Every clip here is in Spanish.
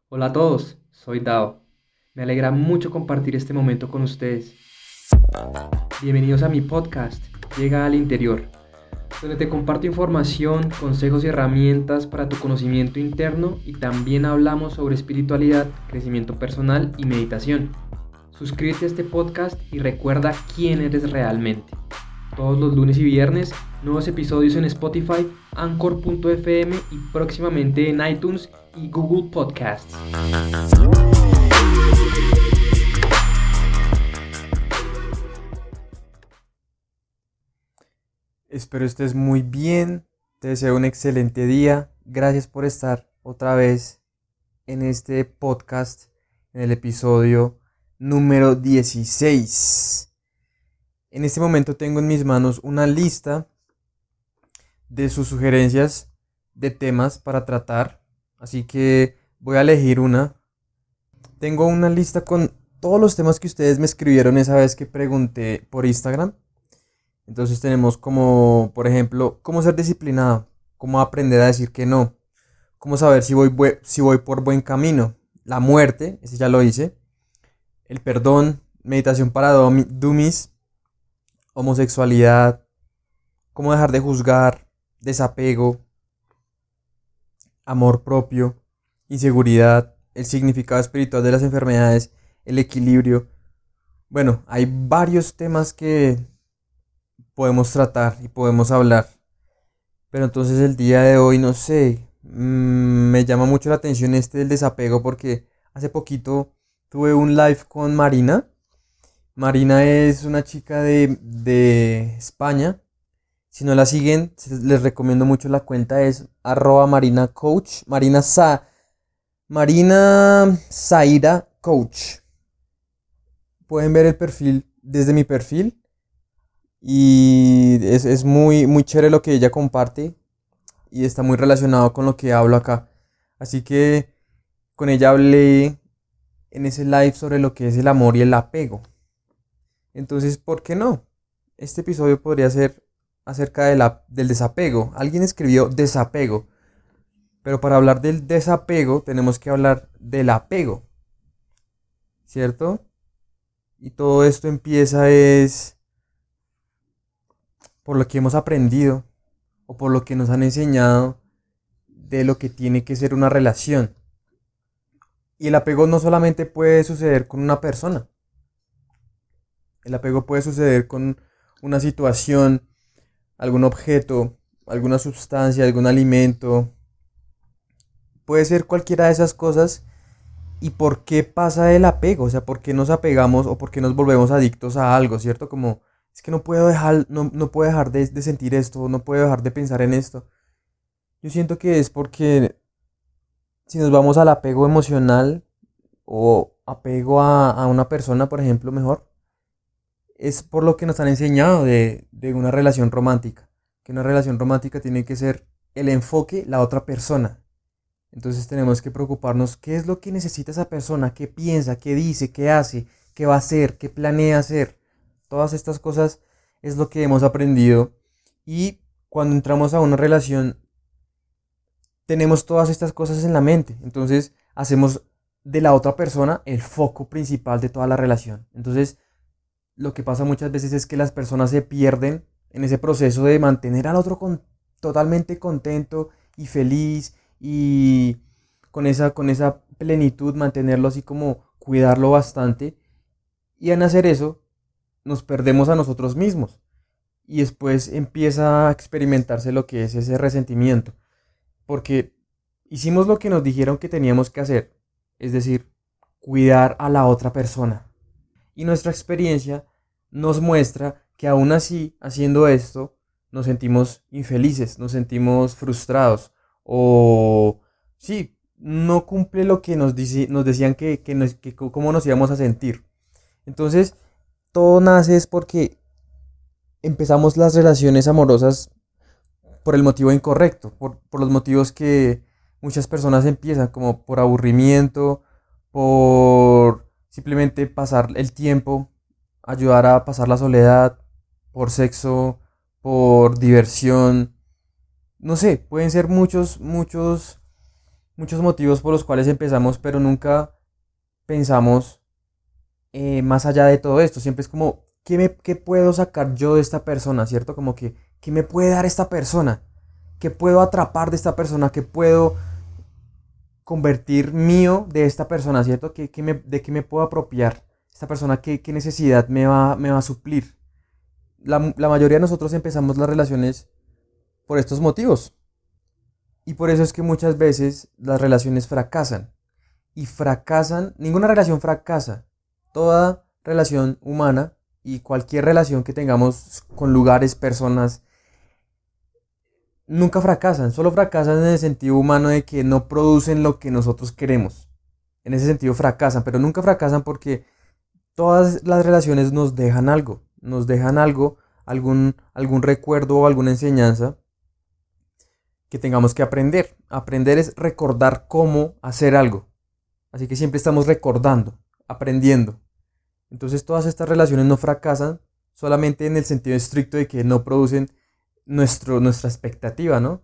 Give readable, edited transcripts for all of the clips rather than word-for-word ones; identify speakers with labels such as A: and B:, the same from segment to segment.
A: Hola a todos, soy Dao. Me alegra mucho compartir este momento con ustedes. Bienvenidos a mi podcast, Llega al Interior, donde te comparto información, consejos y herramientas para tu conocimiento interno y también hablamos sobre espiritualidad, crecimiento personal y meditación. Suscríbete a este podcast y recuerda quién eres realmente. Todos los lunes y viernes, nuevos episodios en Spotify, Anchor.fm y próximamente en iTunes y Google Podcasts.
B: Espero estés muy bien, te deseo un excelente día. Gracias por estar otra vez en este podcast, en el episodio número 16. En este momento tengo en mis manos una lista de sus sugerencias de temas para tratar, así que voy a elegir una. Tengo una lista con todos los temas que ustedes me escribieron esa vez que pregunté por Instagram. Entonces tenemos como, por ejemplo, cómo ser disciplinado, cómo aprender a decir que no, cómo saber si voy por buen camino, la muerte, ese ya lo hice, el perdón, meditación para dummies, homosexualidad, cómo dejar de juzgar, desapego, amor propio, inseguridad, el significado espiritual de las enfermedades, el equilibrio. Bueno, hay varios temas que podemos tratar y podemos hablar. Pero entonces el día de hoy, no sé, me llama mucho la atención este del desapego porque hace poquito tuve un live con Marina. Marina es una chica de España. Si no la siguen, les recomiendo mucho la cuenta, es @marinacoach, Marina Zaira Coach. Pueden ver el perfil desde mi perfil. Y es muy chévere lo que ella comparte y está muy relacionado con lo que hablo acá. Así que con ella hablé en ese live sobre lo que es el amor y el apego. Entonces, ¿por qué no? Este episodio podría ser acerca del desapego. Alguien escribió desapego, pero para hablar del desapego tenemos que hablar del apego, ¿cierto? Y todo esto empieza es por lo que hemos aprendido o por lo que nos han enseñado de lo que tiene que ser una relación. Y el apego no solamente puede suceder con una persona. El apego puede suceder con una situación, algún objeto, alguna sustancia, algún alimento. Puede ser cualquiera de esas cosas. ¿Y por qué pasa el apego? O sea, ¿por qué nos apegamos o por qué nos volvemos adictos a algo, ¿cierto? Como, es que no puedo dejar de sentir esto, no puedo dejar de pensar en esto. Yo siento que es porque si nos vamos al apego emocional o apego a una persona, por ejemplo, mejor, es por lo que nos han enseñado de una relación romántica. Que una relación romántica tiene que ser el enfoque, la otra persona. Entonces tenemos que preocuparnos qué es lo que necesita esa persona, qué piensa, qué dice, qué hace, qué va a hacer, qué planea hacer. Todas estas cosas es lo que hemos aprendido. Y cuando entramos a una relación tenemos todas estas cosas en la mente. Entonces hacemos de la otra persona el foco principal de toda la relación. Entonces lo que pasa muchas veces es que las personas se pierden en ese proceso de mantener al otro totalmente contento y feliz y con esa plenitud, mantenerlo así como cuidarlo bastante. Y en hacer eso nos perdemos a nosotros mismos. Y después empieza a experimentarse lo que es ese resentimiento. Porque hicimos lo que nos dijeron que teníamos que hacer, es decir, cuidar a la otra persona. Y nuestra experiencia nos muestra que aún así, haciendo esto, nos sentimos infelices, nos sentimos frustrados o sí, no cumple lo que nos decían que cómo nos íbamos a sentir. Entonces, todo nace es porque empezamos las relaciones amorosas por el motivo incorrecto, por los motivos que muchas personas empiezan, como por aburrimiento, por simplemente pasar el tiempo, ayudar a pasar la soledad, por sexo, por diversión, no sé, pueden ser muchos muchos motivos por los cuales empezamos, pero nunca pensamos más allá de todo esto. Siempre es como, ¿qué puedo sacar yo de esta persona? ¿Cierto? Como que, ¿qué me puede dar esta persona? ¿Qué puedo atrapar de esta persona? ¿Qué puedo convertir mío de esta persona? ¿Cierto? ¿De qué me puedo apropiar? Esta persona, ¿qué necesidad me va a suplir? La mayoría de nosotros empezamos las relaciones por estos motivos. Y por eso es que muchas veces las relaciones fracasan. Y fracasan, ninguna relación fracasa. Toda relación humana y cualquier relación que tengamos con lugares, personas, nunca fracasan. Solo fracasan en el sentido humano de que no producen lo que nosotros queremos. En ese sentido fracasan, pero nunca fracasan porque todas las relaciones nos dejan algo. Nos dejan algo, algún recuerdo o alguna enseñanza que tengamos que aprender. Aprender es recordar cómo hacer algo. Así que siempre estamos recordando, aprendiendo. Entonces todas estas relaciones no fracasan solamente en el sentido estricto de que no producen nuestra expectativa, ¿no?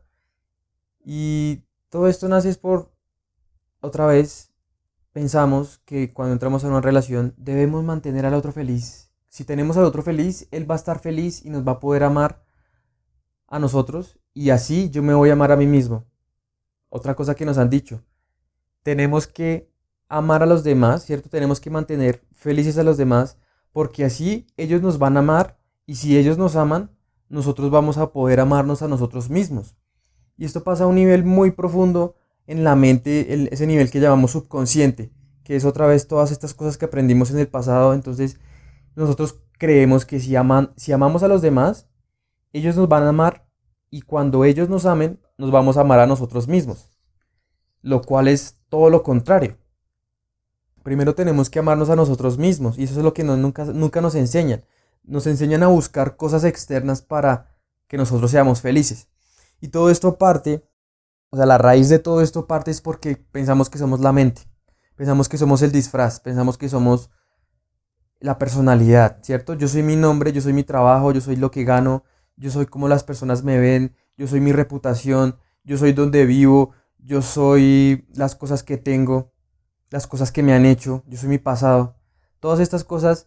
B: Y todo esto nace es por, otra vez, pensamos que cuando entramos en una relación debemos mantener al otro feliz. Si tenemos al otro feliz, él va a estar feliz y nos va a poder amar a nosotros y así yo me voy a amar a mí mismo. Otra cosa que nos han dicho, tenemos que amar a los demás, ¿cierto? Tenemos que mantener felices a los demás porque así ellos nos van a amar y si ellos nos aman, nosotros vamos a poder amarnos a nosotros mismos. Y esto pasa a un nivel muy profundo en la mente, ese nivel que llamamos subconsciente, que es otra vez todas estas cosas que aprendimos en el pasado. Entonces nosotros creemos que si amamos a los demás, ellos nos van a amar y cuando ellos nos amen, nos vamos a amar a nosotros mismos, lo cual es todo lo contrario. Primero tenemos que amarnos a nosotros mismos y eso es lo que nunca nos enseñan. Nos enseñan a buscar cosas externas para que nosotros seamos felices. Y todo esto parte, o sea, la raíz de todo esto parte es porque pensamos que somos la mente, pensamos que somos el disfraz, pensamos que somos la personalidad, ¿cierto? Yo soy mi nombre, yo soy mi trabajo, yo soy lo que gano, yo soy como las personas me ven, yo soy mi reputación, yo soy donde vivo, yo soy las cosas que tengo, las cosas que me han hecho, yo soy mi pasado. Todas estas cosas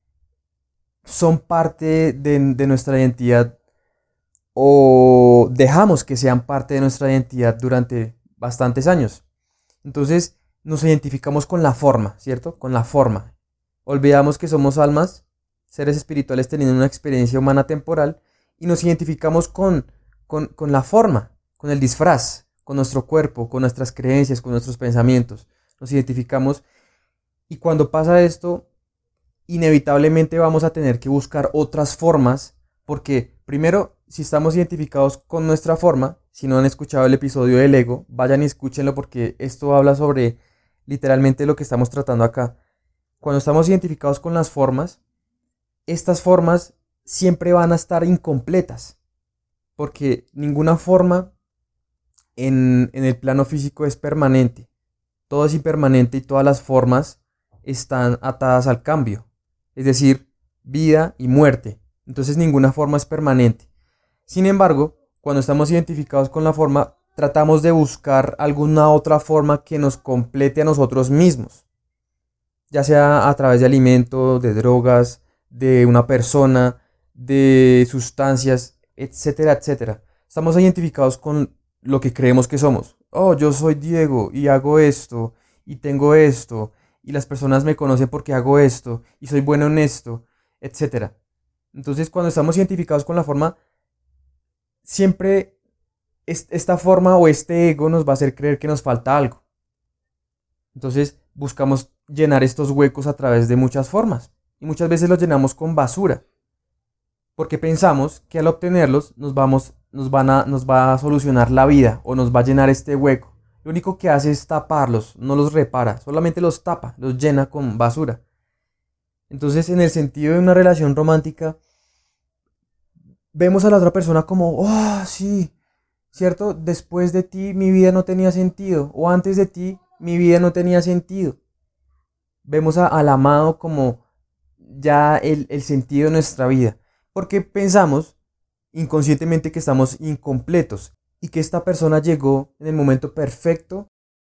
B: son parte de nuestra identidad o dejamos que sean parte de nuestra identidad durante bastantes años. Entonces nos identificamos con la forma, ¿cierto? Con la forma. Olvidamos que somos almas, seres espirituales teniendo una experiencia humana temporal y nos identificamos con la forma, con el disfraz, con nuestro cuerpo, con nuestras creencias, con nuestros pensamientos. Nos identificamos y cuando pasa esto, inevitablemente vamos a tener que buscar otras formas porque primero, si estamos identificados con nuestra forma, si no han escuchado el episodio del ego, vayan y escúchenlo porque esto habla sobre literalmente lo que estamos tratando acá. Cuando estamos identificados con las formas, estas formas siempre van a estar incompletas porque ninguna forma en el plano físico es permanente. Todo es impermanente y todas las formas están atadas al cambio, es decir, vida y muerte. Entonces ninguna forma es permanente. Sin embargo, cuando estamos identificados con la forma, tratamos de buscar alguna otra forma que nos complete a nosotros mismos, ya sea a través de alimentos, de drogas, de una persona, de sustancias, etcétera, etcétera. Estamos identificados con lo que creemos que somos. Oh, yo soy Diego y hago esto y tengo esto y las personas me conocen porque hago esto y soy bueno en esto, etcétera. Entonces, cuando estamos identificados con la forma, siempre esta forma o este ego nos va a hacer creer que nos falta algo. Entonces, buscamos llenar estos huecos a través de muchas formas y muchas veces los llenamos con basura, porque pensamos que al obtenerlos nos va a solucionar la vida o nos va a llenar este hueco. Lo único que hace es taparlos, no los repara, solamente los tapa, los llena con basura. Entonces, en el sentido de una relación romántica, vemos a la otra persona como, oh, sí, ¿cierto? Después de ti mi vida no tenía sentido, o antes de ti mi vida no tenía sentido. Vemos al amado como ya el sentido de nuestra vida, porque pensamos inconscientemente que estamos incompletos y que esta persona llegó en el momento perfecto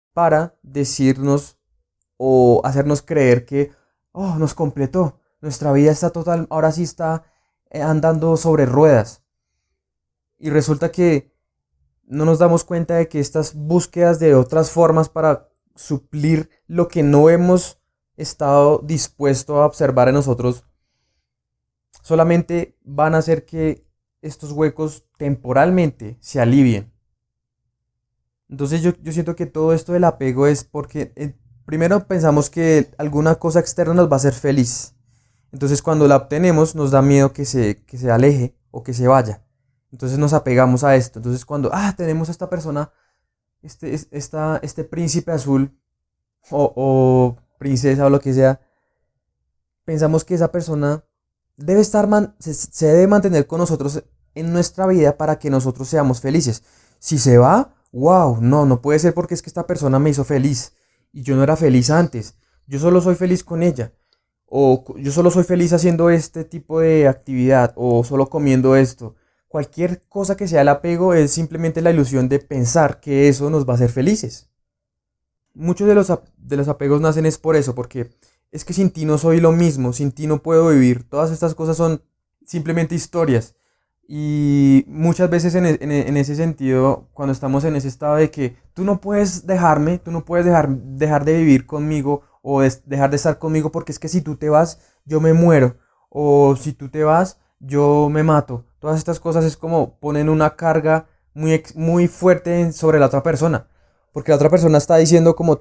B: para decirnos o hacernos creer que, oh, nos completó, nuestra vida está total, ahora sí está andando sobre ruedas. Y resulta que no nos damos cuenta de que estas búsquedas de otras formas para suplir lo que no hemos estado dispuesto a observar en nosotros solamente van a hacer que estos huecos temporalmente se alivien. Entonces yo siento que todo esto del apego es porque primero pensamos que alguna cosa externa nos va a hacer feliz. Entonces cuando la obtenemos nos da miedo que se aleje o que se vaya. Entonces nos apegamos a esto. Entonces cuando tenemos a esta persona, este príncipe azul o princesa o lo que sea, pensamos que esa persona debe se debe mantener con nosotros en nuestra vida para que nosotros seamos felices. Si se va, wow, no puede ser porque es que esta persona me hizo feliz y yo no era feliz antes. Yo solo soy feliz con ella. O yo solo soy feliz haciendo este tipo de actividad o solo comiendo esto. Cualquier cosa que sea el apego es simplemente la ilusión de pensar que eso nos va a hacer felices. Muchos de los apegos nacen es por eso, porque es que sin ti no soy lo mismo, sin ti no puedo vivir. Todas estas cosas son simplemente historias. Y muchas veces en ese sentido, cuando estamos en ese estado de que tú no puedes dejarme, tú no puedes dejar de vivir conmigo o dejar de estar conmigo porque es que si tú te vas, yo me muero. O si tú te vas, yo me mato. Todas estas cosas es como ponen una carga muy fuerte sobre la otra persona. Porque la otra persona está diciendo como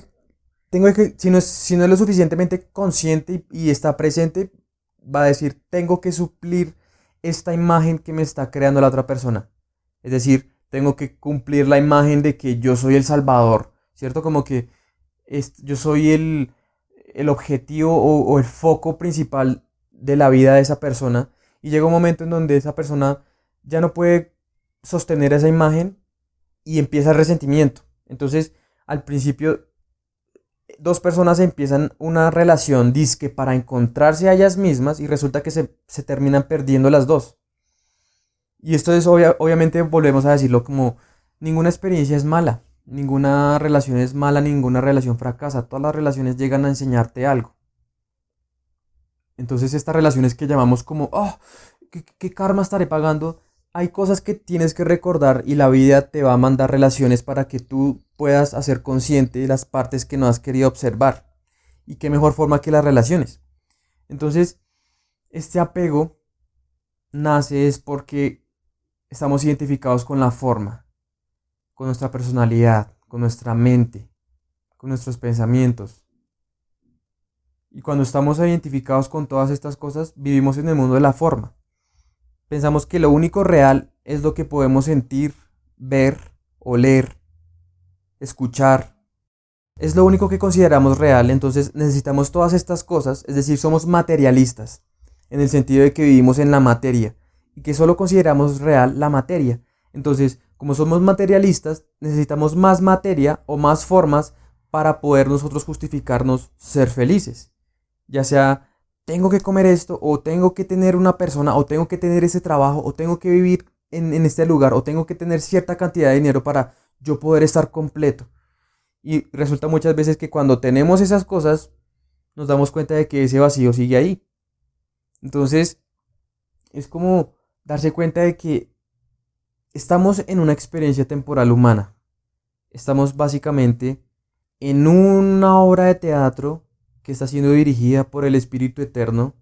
B: si no es lo suficientemente consciente y está presente, va a decir, tengo que suplir esta imagen que me está creando la otra persona. Es decir, tengo que cumplir la imagen de que yo soy el salvador, ¿cierto? Como que yo soy el objetivo o el foco principal de la vida de esa persona. Y llega un momento en donde esa persona ya no puede sostener esa imagen y empieza el resentimiento. Entonces, al principio, dos personas empiezan una relación disque para encontrarse a ellas mismas y resulta que se terminan perdiendo las dos. Y esto es obviamente volvemos a decirlo como ninguna experiencia es mala, ninguna relación es mala, ninguna relación fracasa, todas las relaciones llegan a enseñarte algo. Entonces estas relaciones que llamamos como, ¿qué karma estaré pagando? Hay cosas que tienes que recordar y la vida te va a mandar relaciones para que tú puedas hacer consciente de las partes que no has querido observar. Y qué mejor forma que las relaciones. Entonces, este apego nace es porque estamos identificados con la forma, con nuestra personalidad, con nuestra mente, con nuestros pensamientos. Y cuando estamos identificados con todas estas cosas, vivimos en el mundo de la forma. Pensamos que lo único real es lo que podemos sentir, ver, oler, escuchar. Es lo único que consideramos real, entonces necesitamos todas estas cosas, es decir, somos materialistas, en el sentido de que vivimos en la materia y que solo consideramos real la materia. Entonces, como somos materialistas, necesitamos más materia o más formas para poder nosotros justificarnos ser felices. Ya sea tengo que comer esto, o tengo que tener una persona, o tengo que tener ese trabajo, o tengo que vivir en este lugar, o tengo que tener cierta cantidad de dinero para yo poder estar completo. Y resulta muchas veces que cuando tenemos esas cosas, nos damos cuenta de que ese vacío sigue ahí. Entonces, es como darse cuenta de que estamos en una experiencia temporal humana. Estamos básicamente en una obra de teatro que está siendo dirigida por el Espíritu Eterno,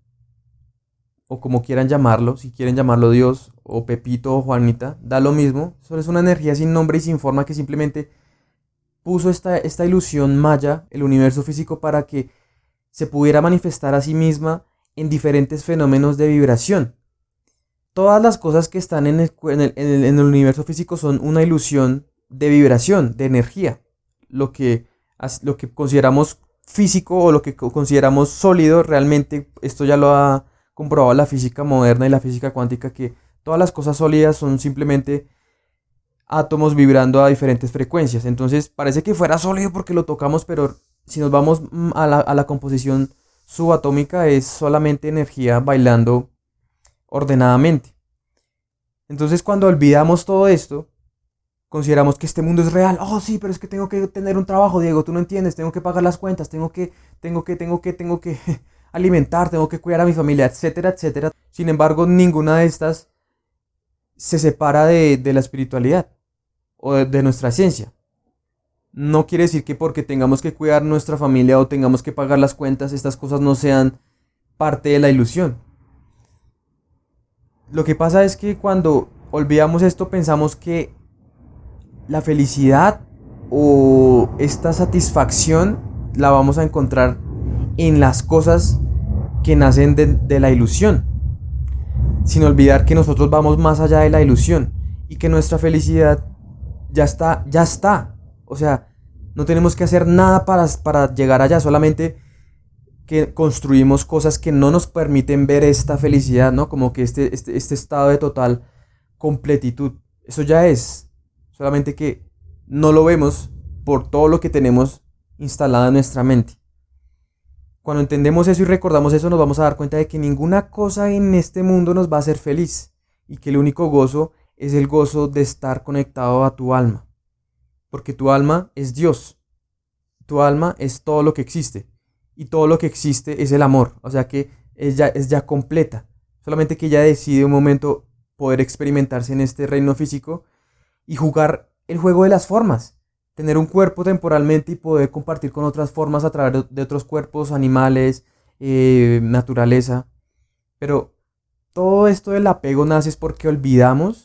B: o como quieran llamarlo, si quieren llamarlo Dios, o Pepito, o Juanita, da lo mismo. Solo es una energía sin nombre y sin forma que simplemente puso esta ilusión maya, el universo físico, para que se pudiera manifestar a sí misma en diferentes fenómenos de vibración. Todas las cosas que están en el universo físico son una ilusión de vibración, de energía. Lo que consideramos físico o lo que consideramos sólido, realmente esto ya lo ha comprobado la física moderna y la física cuántica, que todas las cosas sólidas son simplemente átomos vibrando a diferentes frecuencias. Entonces parece que fuera sólido porque lo tocamos, pero si nos vamos a la composición subatómica es solamente energía bailando ordenadamente. Entonces cuando olvidamos todo esto, consideramos que este mundo es real. Oh, sí, pero es que tengo que tener un trabajo, Diego, tú no entiendes, tengo que pagar las cuentas, tengo que alimentar, tengo que cuidar a mi familia, etcétera, etcétera. Sin embargo, ninguna de estas se separa de la espiritualidad o de nuestra esencia. No quiere decir que porque tengamos que cuidar nuestra familia o tengamos que pagar las cuentas, estas cosas no sean parte de la ilusión. Lo que pasa es que cuando olvidamos esto pensamos que la felicidad o esta satisfacción la vamos a encontrar en las cosas que nacen de la ilusión, sin olvidar que nosotros vamos más allá de la ilusión y que nuestra felicidad ya está. O sea, no tenemos que hacer nada para llegar allá, solamente que construimos cosas que no nos permiten ver esta felicidad, ¿no? Como que este estado de total completitud. Eso ya es, solamente que no lo vemos por todo lo que tenemos instalado en nuestra mente. Cuando entendemos eso y recordamos eso, nos vamos a dar cuenta de que ninguna cosa en este mundo nos va a hacer feliz y que el único gozo es el gozo de estar conectado a tu alma. Porque tu alma es Dios. Tu alma es todo lo que existe. Y todo lo que existe es el amor. O sea que es ya completa. Solamente que ella decide un momento poder experimentarse en este reino físico y jugar el juego de las formas. Tener un cuerpo temporalmente y poder compartir con otras formas a través de otros cuerpos, animales, naturaleza. Pero todo esto del apego nace es porque olvidamos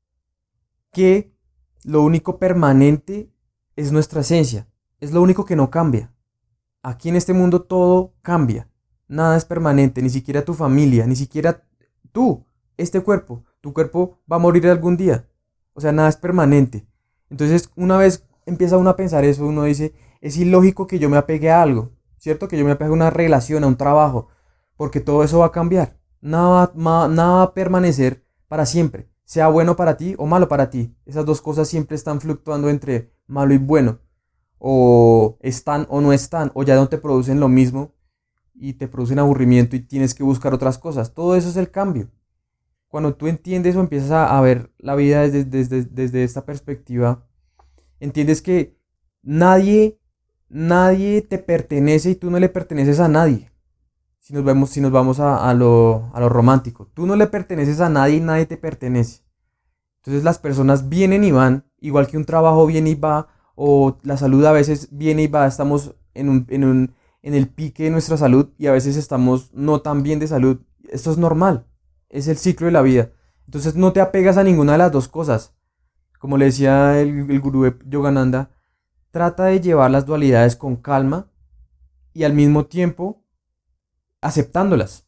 B: que lo único permanente es nuestra esencia. Es lo único que no cambia. Aquí en este mundo todo cambia. Nada es permanente, ni siquiera tu familia, ni siquiera tú, este cuerpo. Tu cuerpo va a morir algún día. O sea, nada es permanente. Entonces, una vez empieza uno a pensar eso, uno dice, es ilógico que yo me apegue a algo, ¿cierto? Que yo me apegue a una relación, a un trabajo, porque todo eso va a cambiar. Nada va a permanecer para siempre, sea bueno para ti o malo para ti. Esas dos cosas siempre están fluctuando entre malo y bueno. O están o no están, o ya no te producen lo mismo y te producen aburrimiento y tienes que buscar otras cosas. Todo eso es el cambio. Cuando tú entiendes o empiezas a ver la vida desde esta perspectiva, entiendes que nadie te pertenece y tú no le perteneces a nadie. Si nos vamos a lo romántico, tú no le perteneces a nadie y nadie te pertenece. Entonces las personas vienen y van, igual que un trabajo viene y va, o la salud a veces viene y va, estamos en el pique de nuestra salud y a veces estamos no tan bien de salud. Esto es normal, es el ciclo de la vida. Entonces no te apegas a ninguna de las dos cosas. Como le decía el gurú de Yogananda, trata de llevar las dualidades con calma y al mismo tiempo aceptándolas.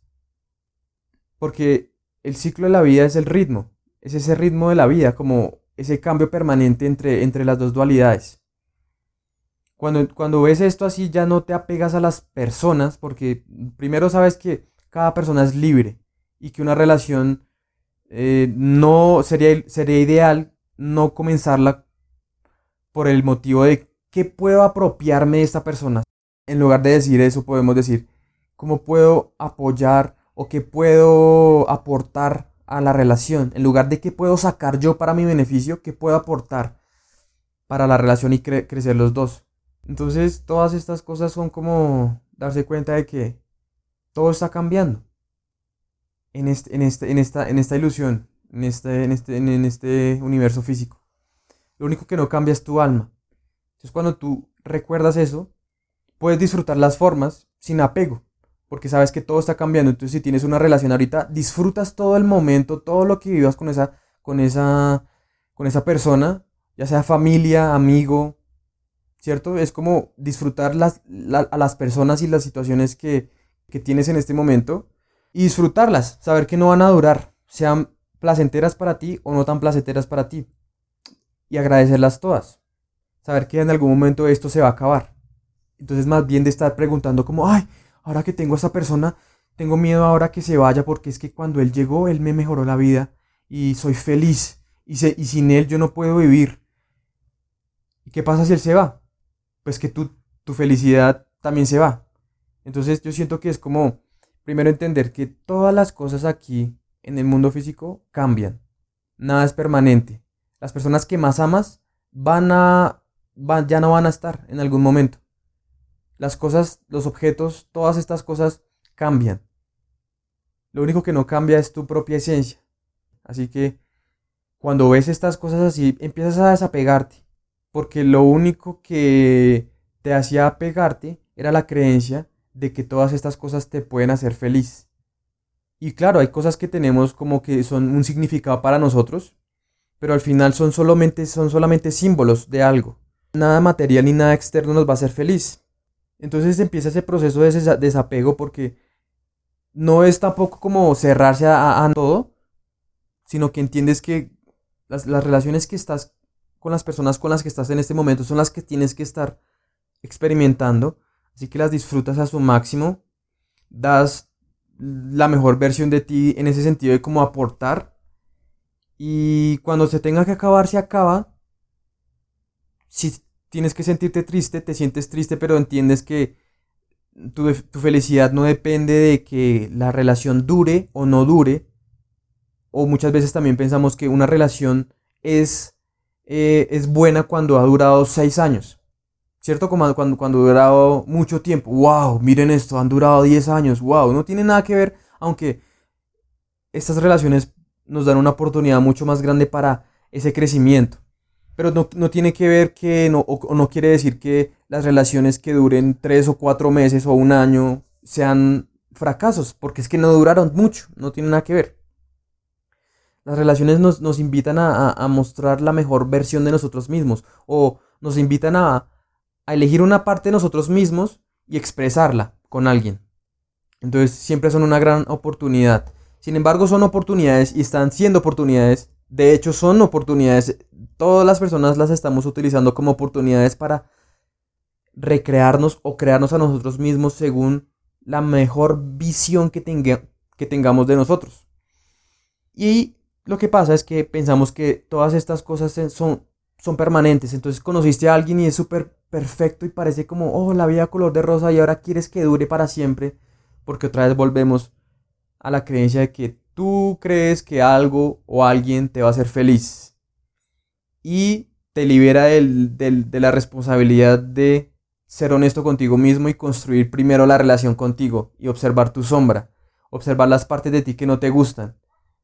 B: Porque el ciclo de la vida es el ritmo, es ese ritmo de la vida, como ese cambio permanente entre las dos dualidades. Cuando ves esto así ya no te apegas a las personas, porque primero sabes que cada persona es libre y que una relación no sería ideal no comenzarla por el motivo de qué puedo apropiarme de esta persona. En lugar de decir eso podemos decir cómo puedo apoyar o qué puedo aportar a la relación. En lugar de qué puedo sacar yo para mi beneficio, qué puedo aportar para la relación y crecer los dos. Entonces todas estas cosas son como darse cuenta de que todo está cambiando en esta ilusión, en este universo físico. Lo único que no cambia es tu alma. Entonces cuando tú recuerdas eso, puedes disfrutar las formas sin apego, porque sabes que todo está cambiando. Entonces si tienes una relación ahorita, disfrutas todo el momento, todo lo que vivas con esa persona, ya sea familia, amigo, ¿cierto? Es como disfrutar a las personas y las situaciones que tienes en este momento y disfrutarlas, saber que no van a durar, sean placenteras para ti o no tan placenteras para ti, y agradecerlas todas, saber que en algún momento esto se va a acabar. Entonces más bien de estar preguntando como, ay, ahora que tengo a esta persona, tengo miedo ahora que se vaya porque es que cuando él llegó, él me mejoró la vida y soy feliz y sin él yo no puedo vivir. ¿Y qué pasa si él se va? Pues que tu felicidad también se va. Entonces yo siento que es como, primero entender que todas las cosas aquí en el mundo físico cambian. Nada es permanente. Las personas que más amas ya no van a estar en algún momento. Las cosas, los objetos, todas estas cosas cambian. Lo único que no cambia es tu propia esencia. Así que cuando ves estas cosas así, empiezas a desapegarte. Porque lo único que te hacía apegarte era la creencia de que todas estas cosas te pueden hacer feliz. Y claro, hay cosas que tenemos como que son un significado para nosotros, pero al final son solamente símbolos de algo. Nada material ni nada externo nos va a hacer feliz. Entonces empieza ese proceso de desapego porque no es tampoco como cerrarse a todo, sino que entiendes que las relaciones que estás con las personas con las que estás en este momento son las que tienes que estar experimentando, así que las disfrutas a su máximo, das la mejor versión de ti en ese sentido de cómo aportar, y cuando se tenga que acabar, se acaba. Si tienes que sentirte triste, te sientes triste, pero entiendes que tu felicidad no depende de que la relación dure o no dure, o muchas veces también pensamos que una relación es buena cuando ha durado 6 años. ¿Cierto? Como cuando ha durado mucho tiempo. ¡Wow! Miren esto, han durado 10 años. ¡Wow! No tiene nada que ver, aunque estas relaciones nos dan una oportunidad mucho más grande para ese crecimiento. Pero no tiene que ver que, o no quiere decir que las relaciones que duren 3 o 4 meses o un año sean fracasos, porque es que no duraron mucho, no tiene nada que ver. Las relaciones nos invitan a mostrar la mejor versión de nosotros mismos, o nos invitan a elegir una parte de nosotros mismos y expresarla con alguien. Entonces siempre son una gran oportunidad. Sin embargo, son oportunidades y están siendo oportunidades. De hecho, son oportunidades. Todas las personas las estamos utilizando como oportunidades para recrearnos o crearnos a nosotros mismos según la mejor visión que tengamos de nosotros. Y lo que pasa es que pensamos que todas estas cosas son permanentes. Entonces conociste a alguien y es súper perfecto y parece como, oh, la vida color de rosa, y ahora quieres que dure para siempre, porque otra vez volvemos a la creencia de que tú crees que algo o alguien te va a hacer feliz y te libera de la responsabilidad de ser honesto contigo mismo y construir primero la relación contigo y observar tu sombra, observar las partes de ti que no te gustan.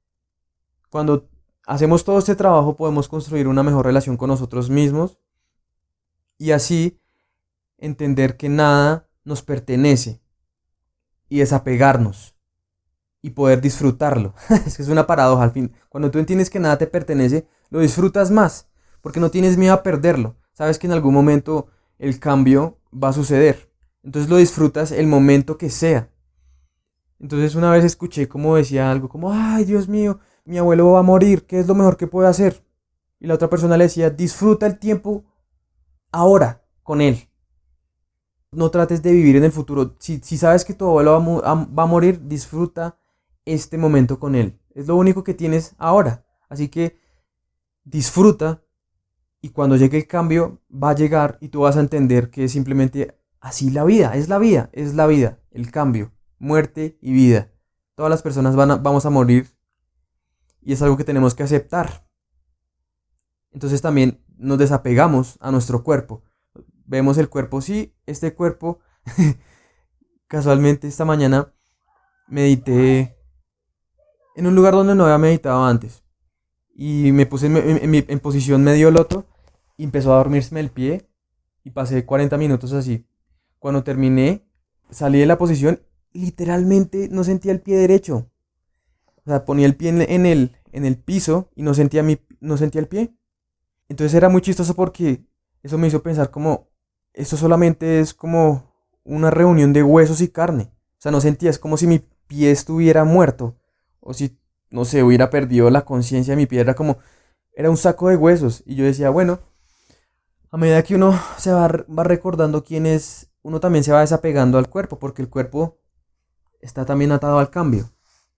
B: Cuando hacemos todo este trabajo podemos construir una mejor relación con nosotros mismos y así entender que nada nos pertenece y desapegarnos y poder disfrutarlo. Es que es una paradoja al fin. Cuando tú entiendes que nada te pertenece, lo disfrutas más porque no tienes miedo a perderlo. Sabes que en algún momento el cambio va a suceder. Entonces lo disfrutas el momento que sea. Entonces una vez escuché como decía algo como, ay, Dios mío, mi abuelo va a morir, ¿qué es lo mejor que puedo hacer? Y la otra persona le decía, disfruta el tiempo ahora con él. No trates de vivir en el futuro. Si sabes que tu abuelo va a morir, disfruta este momento con él. Es lo único que tienes ahora. Así que disfruta y cuando llegue el cambio va a llegar y tú vas a entender que es simplemente así la vida. Es la vida, es la vida, el cambio, muerte y vida. Todas las personas vamos a morir y es algo que tenemos que aceptar. Entonces también nos desapegamos a nuestro cuerpo. Vemos el cuerpo, sí, este cuerpo. Casualmente esta mañana medité en un lugar donde no había meditado antes. Y me puse en posición medio loto y empezó a dormirse el pie y pasé 40 minutos así. Cuando terminé, salí de la posición y literalmente no sentía el pie derecho. O sea, ponía el pie en el piso y no sentía el pie. Entonces era muy chistoso porque eso me hizo pensar como, esto solamente es como una reunión de huesos y carne. O sea, no sentía, es como si mi pie estuviera muerto. O si, no sé, hubiera perdido la conciencia de mi pie. Era un saco de huesos. Y yo decía, bueno, a medida que uno va recordando quién es, uno también se va desapegando al cuerpo. Porque el cuerpo está también atado al cambio.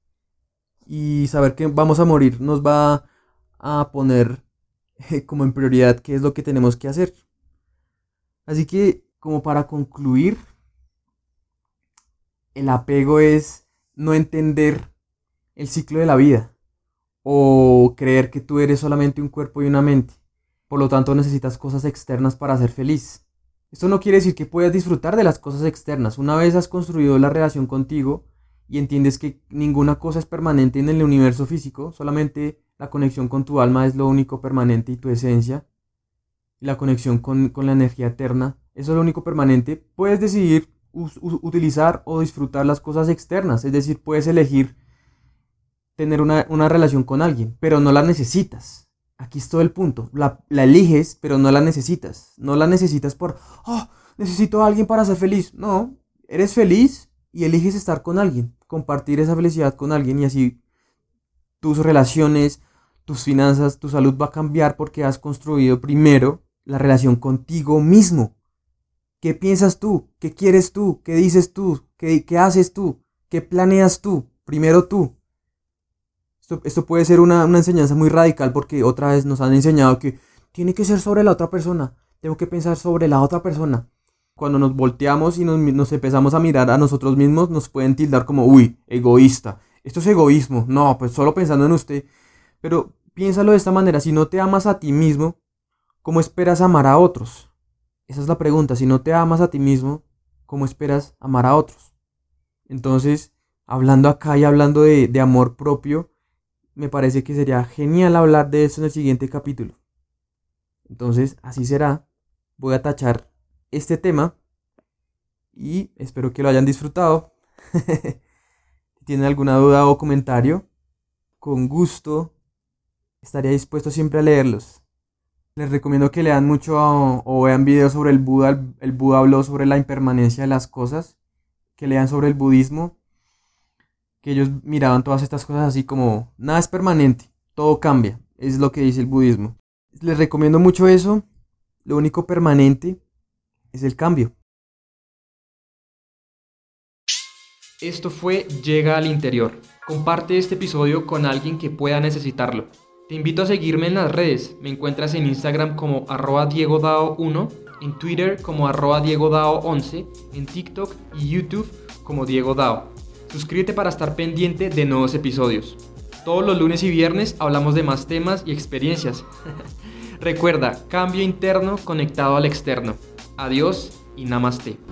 B: Y saber que vamos a morir nos va a poner como en prioridad qué es lo que tenemos que hacer. Así que, como para concluir, el apego es no entender el ciclo de la vida o creer que tú eres solamente un cuerpo y una mente. Por lo tanto, necesitas cosas externas para ser feliz. Esto no quiere decir que puedas disfrutar de las cosas externas. Una vez has construido la relación contigo y entiendes que ninguna cosa es permanente en el universo físico, solamente la conexión con tu alma es lo único permanente y tu esencia, y la conexión con la energía eterna, eso es lo único permanente, puedes decidir utilizar o disfrutar las cosas externas. Es decir, puedes elegir tener una relación con alguien, pero no la necesitas. Aquí es todo el punto. La eliges, pero no la necesitas. No la necesitas por, necesito a alguien para ser feliz. No, eres feliz y eliges estar con alguien, compartir esa felicidad con alguien, y así tus relaciones, tus finanzas, tu salud va a cambiar porque has construido primero la relación contigo mismo. ¿Qué piensas tú? ¿Qué quieres tú? ¿Qué dices tú? ¿Qué haces tú? ¿Qué planeas tú? Primero tú. Esto puede ser una enseñanza muy radical, porque otra vez nos han enseñado que tiene que ser sobre la otra persona. Tengo que pensar sobre la otra persona. Cuando nos volteamos y nos empezamos a mirar a nosotros mismos, nos pueden tildar como, uy, egoísta. Esto es egoísmo. No, pues solo pensando en usted. Pero piénsalo de esta manera. Si no te amas a ti mismo, ¿cómo esperas amar a otros? Esa es la pregunta. Si no te amas a ti mismo, ¿cómo esperas amar a otros? Entonces, hablando acá y hablando de amor propio, me parece que sería genial hablar de eso en el siguiente capítulo. Entonces, así será. Voy a tachar este tema y espero que lo hayan disfrutado. Si tienen alguna duda o comentario, con gusto estaría dispuesto siempre a leerlos. Les recomiendo que lean mucho o vean videos sobre el Buda. El Buda habló sobre la impermanencia de las cosas. Que lean sobre el budismo. Que ellos miraban todas estas cosas así como, nada es permanente, todo cambia, es lo que dice el budismo. Les recomiendo mucho eso. Lo único permanente es el cambio.
A: Esto fue Llega al Interior. Comparte este episodio con alguien que pueda necesitarlo. Te invito a seguirme en las redes. Me encuentras en Instagram como @DiegoDao1, en Twitter como @DiegoDao11, en TikTok y YouTube como Diego Dao. Suscríbete para estar pendiente de nuevos episodios. Todos los lunes y viernes hablamos de más temas y experiencias. Recuerda, cambio interno conectado al externo. Adiós y namaste.